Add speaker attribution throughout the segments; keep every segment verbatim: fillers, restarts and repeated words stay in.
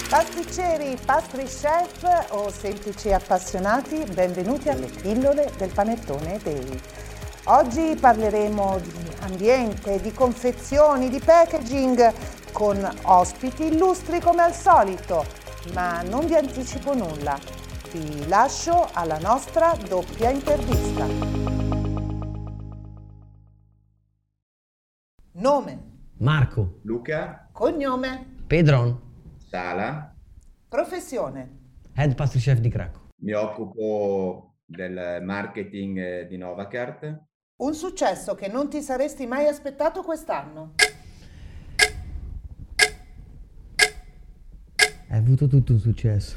Speaker 1: Pasticceri, pastry chef o semplici appassionati, benvenuti alle pillole del Panettone Day. Oggi parleremo di ambiente, di confezioni, di packaging con ospiti illustri come al solito, ma non vi anticipo nulla. Vi lascio alla nostra doppia intervista. Nome:
Speaker 2: Marco.
Speaker 3: Luca.
Speaker 1: Cognome:
Speaker 2: Pedron.
Speaker 3: Sala.
Speaker 1: Professione:
Speaker 2: Head Pastry Chef di Cracco.
Speaker 3: Mi occupo del marketing di Novacart.
Speaker 1: Un successo che non ti saresti mai aspettato quest'anno.
Speaker 2: Hai avuto tutto un successo.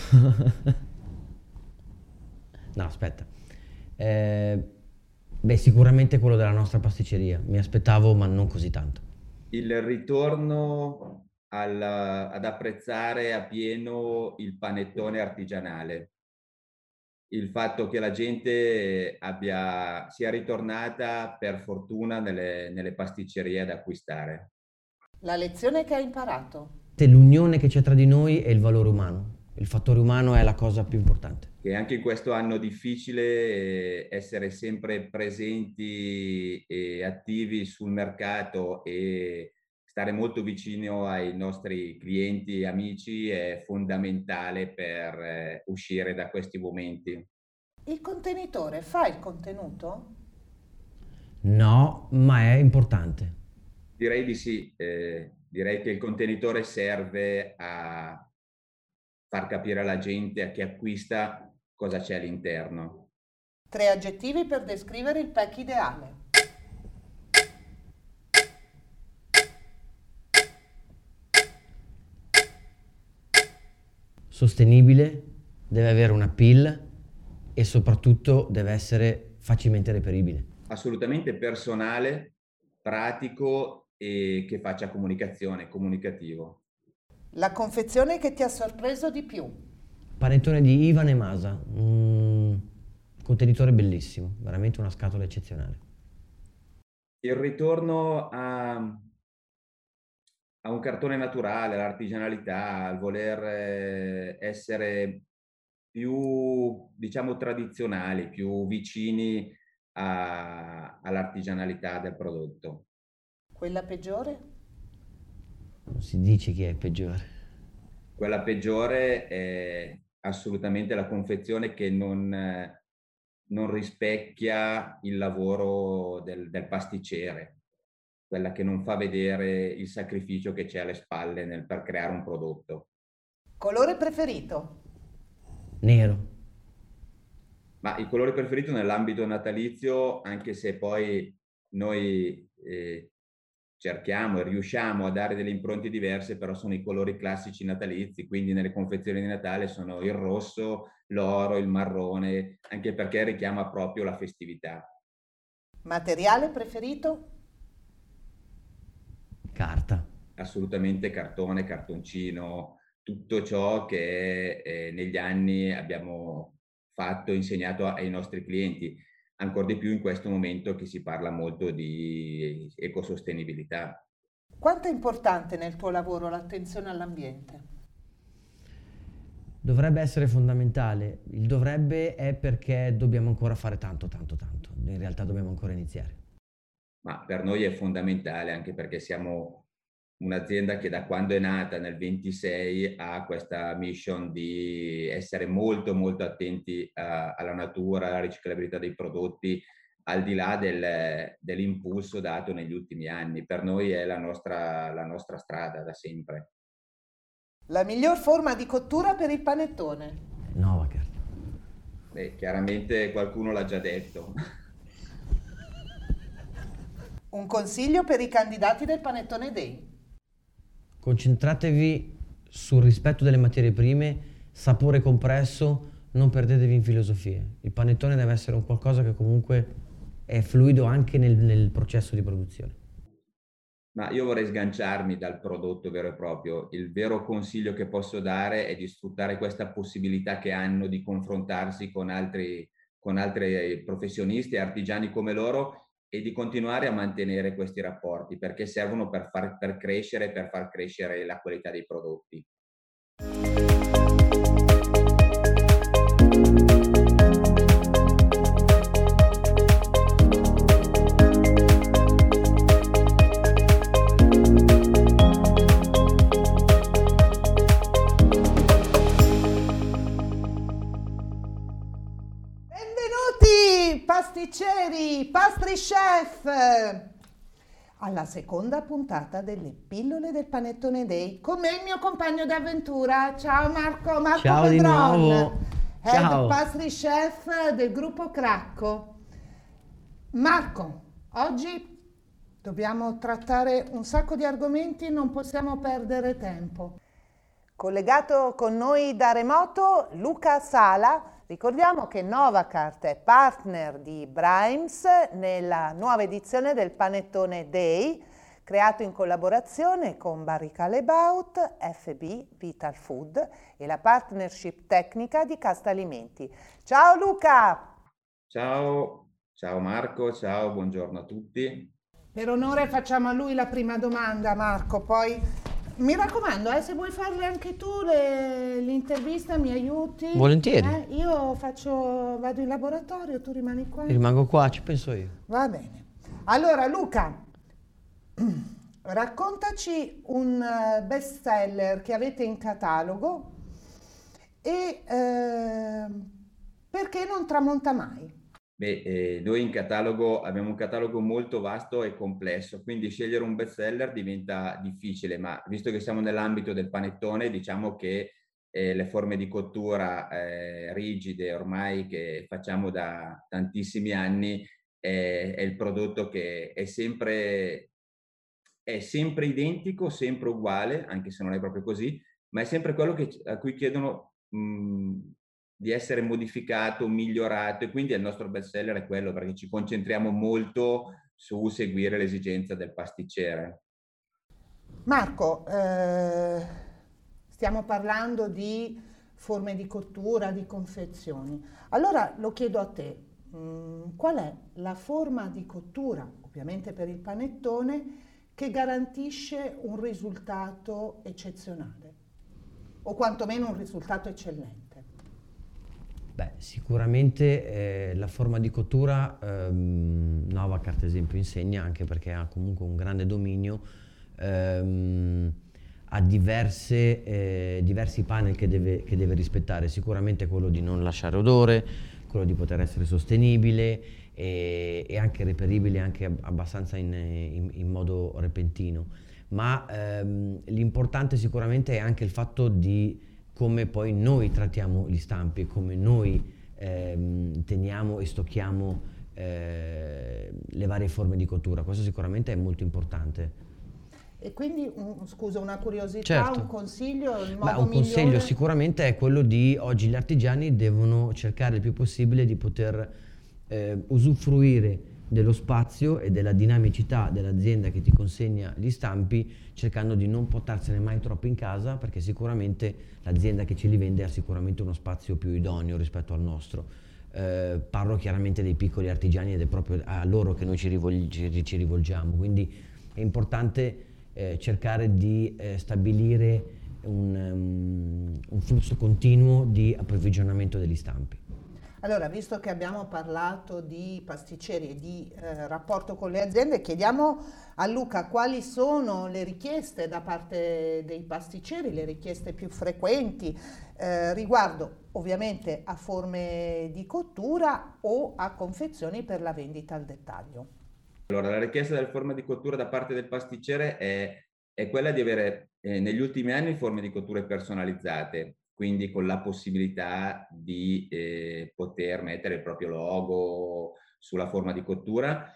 Speaker 2: No, aspetta. Eh, beh, sicuramente quello della nostra pasticceria. Mi aspettavo, ma non così tanto.
Speaker 3: Il ritorno al, ad apprezzare a pieno il panettone artigianale. Il fatto che la gente abbia, sia ritornata per fortuna nelle, nelle pasticcerie ad acquistare.
Speaker 1: La lezione che hai imparato.
Speaker 2: L'unione che c'è tra di noi è il valore umano. Il fattore umano è la cosa più importante.
Speaker 3: Che anche in questo anno difficile essere sempre presenti e attivi sul mercato e stare molto vicino ai nostri clienti e amici è fondamentale per eh, uscire da questi momenti.
Speaker 1: Il contenitore fa il contenuto?
Speaker 2: No, ma è importante.
Speaker 3: Direi di sì, eh, direi che il contenitore serve a far capire alla gente, a chi acquista, cosa c'è all'interno.
Speaker 1: Tre aggettivi per descrivere il pack ideale.
Speaker 2: Sostenibile, deve avere una appeal e soprattutto deve essere facilmente reperibile.
Speaker 3: Assolutamente personale, pratico e che faccia comunicazione, comunicativo.
Speaker 1: La confezione che ti ha sorpreso di più.
Speaker 2: Panettone di Ivan e Masa, un contenitore bellissimo, veramente una scatola eccezionale.
Speaker 3: Il ritorno a, a un cartone naturale, l'artigianalità, al voler eh, essere più, diciamo, tradizionali, più vicini a, all'artigianalità del prodotto.
Speaker 1: Quella peggiore?
Speaker 2: Non si dice chi è peggiore.
Speaker 3: Quella peggiore è assolutamente la confezione che non, non rispecchia il lavoro del, del pasticcere, quella che non fa vedere il sacrificio che c'è alle spalle nel, per creare un prodotto.
Speaker 1: Colore preferito?
Speaker 2: Nero.
Speaker 3: Ma il colore preferito nell'ambito natalizio, anche se poi noi eh, cerchiamo e riusciamo a dare delle impronte diverse, però sono i colori classici natalizi, quindi nelle confezioni di Natale sono il rosso, l'oro, il marrone, anche perché richiama proprio la festività.
Speaker 1: Materiale preferito?
Speaker 2: Carta.
Speaker 3: Assolutamente cartone, cartoncino, tutto ciò che eh, negli anni abbiamo fatto, insegnato ai nostri clienti, ancora di più in questo momento che si parla molto di ecosostenibilità.
Speaker 1: Quanto è importante nel tuo lavoro l'attenzione all'ambiente?
Speaker 2: Dovrebbe essere fondamentale. Il dovrebbe è perché dobbiamo ancora fare tanto, tanto, tanto. In realtà dobbiamo ancora iniziare.
Speaker 3: Ma per noi è fondamentale anche perché siamo un'azienda che da quando è nata nel ventisei ha questa mission di essere molto molto attenti a, alla natura, alla riciclabilità dei prodotti, al di là del, dell'impulso dato negli ultimi anni. Per noi è la nostra, la nostra strada da sempre.
Speaker 1: La miglior forma di cottura per il panettone?
Speaker 2: Novacart.
Speaker 3: Beh, chiaramente qualcuno l'ha già detto.
Speaker 1: Un consiglio per i candidati del Panettone Day?
Speaker 2: Concentratevi sul rispetto delle materie prime, sapore compresso, non perdetevi in filosofie. Il panettone deve essere un qualcosa che comunque è fluido anche nel, nel processo di produzione.
Speaker 3: Ma io vorrei sganciarmi dal prodotto vero e proprio. Il vero consiglio che posso dare è di sfruttare questa possibilità che hanno di confrontarsi con altri, con altri professionisti e artigiani come loro e di continuare a mantenere questi rapporti perché servono per far per crescere, per far crescere la qualità dei prodotti.
Speaker 1: chef, alla seconda puntata delle pillole del Panettone Day con me il mio compagno d'avventura. Ciao Marco, Marco
Speaker 2: Ciao di
Speaker 1: Pedron,
Speaker 2: nuovo.
Speaker 1: head
Speaker 2: Ciao.
Speaker 1: pastry chef del gruppo Cracco. Marco, oggi dobbiamo trattare un sacco di argomenti, non possiamo perdere tempo. Collegato con noi da remoto Luca Sala. Ricordiamo che Novacart è partner di Brimes nella nuova edizione del Panettone Day, creato in collaborazione con Barry Callebaut, F B Vital Food e la partnership tecnica di Casta Alimenti. Ciao Luca!
Speaker 3: Ciao, ciao Marco, ciao, buongiorno a tutti.
Speaker 1: Per onore facciamo a lui la prima domanda, Marco, poi mi raccomando, eh, se vuoi farle anche tu le, l'intervista mi aiuti.
Speaker 2: Volentieri.
Speaker 1: Eh? Io faccio, vado in laboratorio, tu rimani qua.
Speaker 2: Rimango qua, ci penso io.
Speaker 1: Va bene. Allora Luca, raccontaci un best seller che avete in catalogo e eh, perché non tramonta mai?
Speaker 3: Beh, eh, noi in catalogo abbiamo un catalogo molto vasto e complesso, quindi scegliere un best seller diventa difficile, ma visto che siamo nell'ambito del panettone, diciamo che eh, le forme di cottura eh, rigide ormai che facciamo da tantissimi anni eh, è il prodotto che è sempre, è sempre identico, sempre uguale, anche se non è proprio così, ma è sempre quello che, a cui chiedono mh, di essere modificato, migliorato, e quindi il nostro best seller è quello, perché ci concentriamo molto su seguire l'esigenza del pasticcere.
Speaker 1: Marco, eh, stiamo parlando di forme di cottura, di confezioni. Allora lo chiedo a te, mh, qual è la forma di cottura, ovviamente per il panettone, che garantisce un risultato eccezionale o quantomeno un risultato eccellente?
Speaker 2: Beh, sicuramente eh, la forma di cottura ehm, Novacart, ad esempio, insegna, anche perché ha comunque un grande dominio, ehm, ha diverse, eh, diversi panel che deve, che deve rispettare. Sicuramente quello di non lasciare odore, quello di poter essere sostenibile e, e anche reperibile anche abbastanza in, in, in modo repentino. Ma ehm, l'importante sicuramente è anche il fatto di come poi noi trattiamo gli stampi, come noi ehm, teniamo e stocchiamo eh, le varie forme di cottura. Questo sicuramente è molto importante.
Speaker 1: E quindi, un, scusa, una curiosità,
Speaker 2: Certo.
Speaker 1: un consiglio? Il modo
Speaker 2: Beh, un
Speaker 1: migliore?
Speaker 2: consiglio sicuramente è quello di, oggi gli artigiani devono cercare il più possibile di poter eh, usufruire dello spazio e della dinamicità dell'azienda che ti consegna gli stampi, cercando di non portarsene mai troppo in casa, perché sicuramente l'azienda che ce li vende ha sicuramente uno spazio più idoneo rispetto al nostro. Eh, parlo chiaramente dei piccoli artigiani ed è proprio a loro che noi ci, rivol- ci, ci rivolgiamo, quindi è importante eh, cercare di eh, stabilire un, um, un flusso continuo di approvvigionamento degli stampi.
Speaker 1: Allora, visto che abbiamo parlato di pasticceri e di eh, rapporto con le aziende, chiediamo a Luca quali sono le richieste da parte dei pasticceri, le richieste più frequenti eh, riguardo ovviamente a forme di cottura o a confezioni per la vendita al dettaglio.
Speaker 3: Allora, la richiesta delle forme di cottura da parte del pasticcere è, è quella di avere eh, negli ultimi anni forme di cotture personalizzate, quindi con la possibilità di eh, poter mettere il proprio logo sulla forma di cottura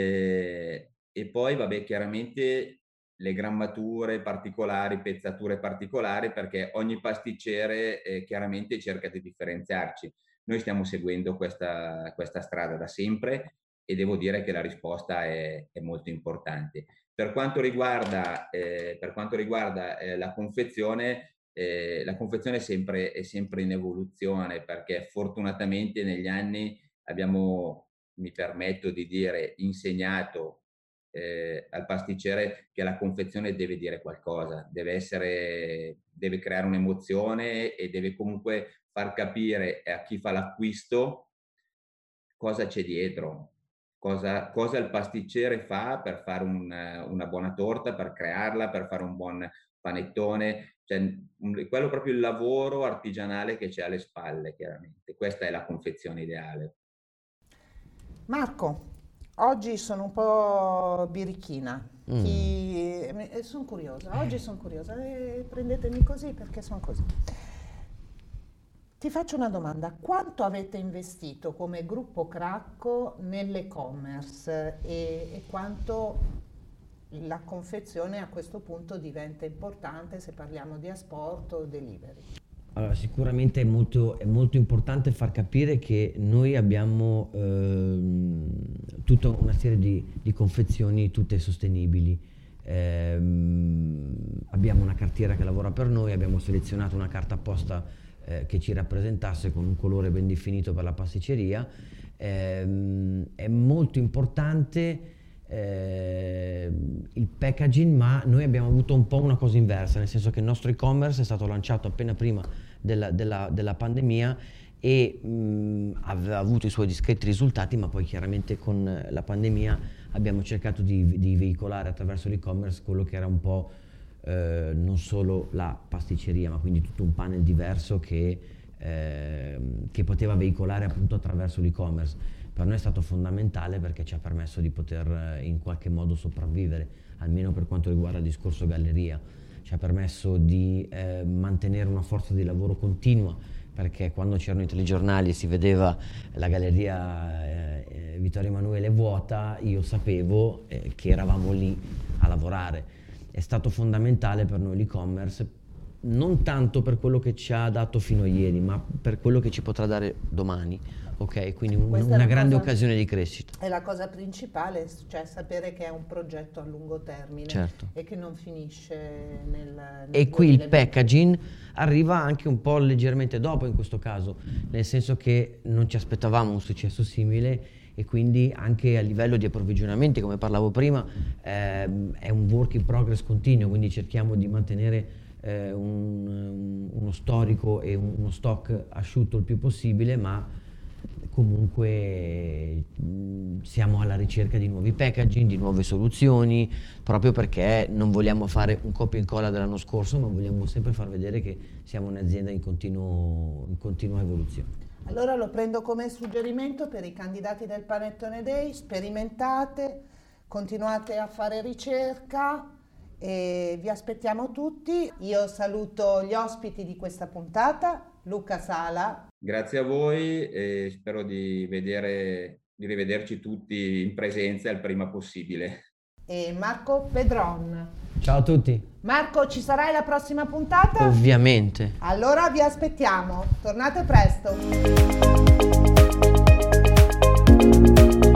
Speaker 3: eh, e poi vabbè chiaramente le grammature particolari, pezzature particolari, perché ogni pasticcere eh, chiaramente cerca di differenziarci. Noi stiamo seguendo questa, questa strada da sempre e devo dire che la risposta è, è molto importante. Per quanto riguarda, eh, per quanto riguarda eh, la confezione, Eh, la confezione è sempre, è sempre in evoluzione, perché fortunatamente negli anni abbiamo, mi permetto di dire, insegnato eh, al pasticcere che la confezione deve dire qualcosa, deve essere, deve creare un'emozione e deve comunque far capire a chi fa l'acquisto cosa c'è dietro, cosa, cosa il pasticcere fa per fare un, una buona torta, per crearla, per fare un buon panettone, cioè un, quello proprio il lavoro artigianale che c'è alle spalle, chiaramente. Questa è la confezione ideale.
Speaker 1: Marco, Oggi sono un po' birichina.
Speaker 2: Mm.
Speaker 1: Chi... Sono curiosa, oggi sono curiosa. E prendetemi così perché sono così. Ti faccio una domanda. Quanto avete investito come gruppo Cracco nell'e-commerce e, e quanto la confezione a questo punto diventa importante se parliamo di asporto o delivery?
Speaker 2: Allora, sicuramente è molto, è molto importante far capire che noi abbiamo ehm, tutta una serie di, di confezioni tutte sostenibili. Ehm, abbiamo una cartiera che lavora per noi, abbiamo selezionato una carta apposta eh, che ci rappresentasse con un colore ben definito per la pasticceria. Ehm, è molto importante Eh, il packaging, ma noi abbiamo avuto un po' una cosa inversa, nel senso che il nostro e-commerce è stato lanciato appena prima della, della, della pandemia e mh, aveva avuto i suoi discreti risultati, ma poi chiaramente con la pandemia abbiamo cercato di, di veicolare attraverso l'e-commerce quello che era un po' eh, non solo la pasticceria, ma quindi tutto un panel diverso che, eh, che poteva veicolare appunto attraverso l'e-commerce. Per noi è stato fondamentale perché ci ha permesso di poter in qualche modo sopravvivere, almeno per quanto riguarda il discorso galleria. Ci ha permesso di eh, mantenere una forza di lavoro continua, perché quando c'erano i telegiornali e si vedeva la galleria eh, Vittorio Emanuele vuota, io sapevo eh, che eravamo lì a lavorare. È stato fondamentale per noi l'e-commerce, non tanto per quello che ci ha dato fino a ieri, ma per quello che ci potrà dare domani. Ok, quindi un, una grande cosa, occasione di crescita.
Speaker 1: È la cosa principale, cioè sapere che è un progetto a lungo termine,
Speaker 2: certo,
Speaker 1: e che non finisce nel, nel
Speaker 2: E qui il packaging arriva anche un po' leggermente dopo in questo caso, nel senso che non ci aspettavamo un successo simile e quindi anche a livello di approvvigionamenti, come parlavo prima, ehm, è un work in progress continuo, quindi cerchiamo di mantenere eh, un, uno storico e un, uno stock asciutto il più possibile, ma comunque mh, siamo alla ricerca di nuovi packaging, di nuove soluzioni, proprio perché non vogliamo fare un copia e incolla dell'anno scorso, ma vogliamo sempre far vedere che siamo un'azienda in, continuo, in continua evoluzione.
Speaker 1: Allora lo prendo come suggerimento per i candidati del Panettone Day: sperimentate, continuate a fare ricerca e vi aspettiamo tutti. Io saluto gli ospiti di questa puntata, Luca Sala.
Speaker 3: Grazie a voi e spero di vedere, di rivederci tutti in presenza il prima possibile.
Speaker 1: E Marco Pedron.
Speaker 2: Ciao a tutti.
Speaker 1: Marco, ci sarai la prossima puntata?
Speaker 2: Ovviamente.
Speaker 1: Allora vi aspettiamo. Tornate presto.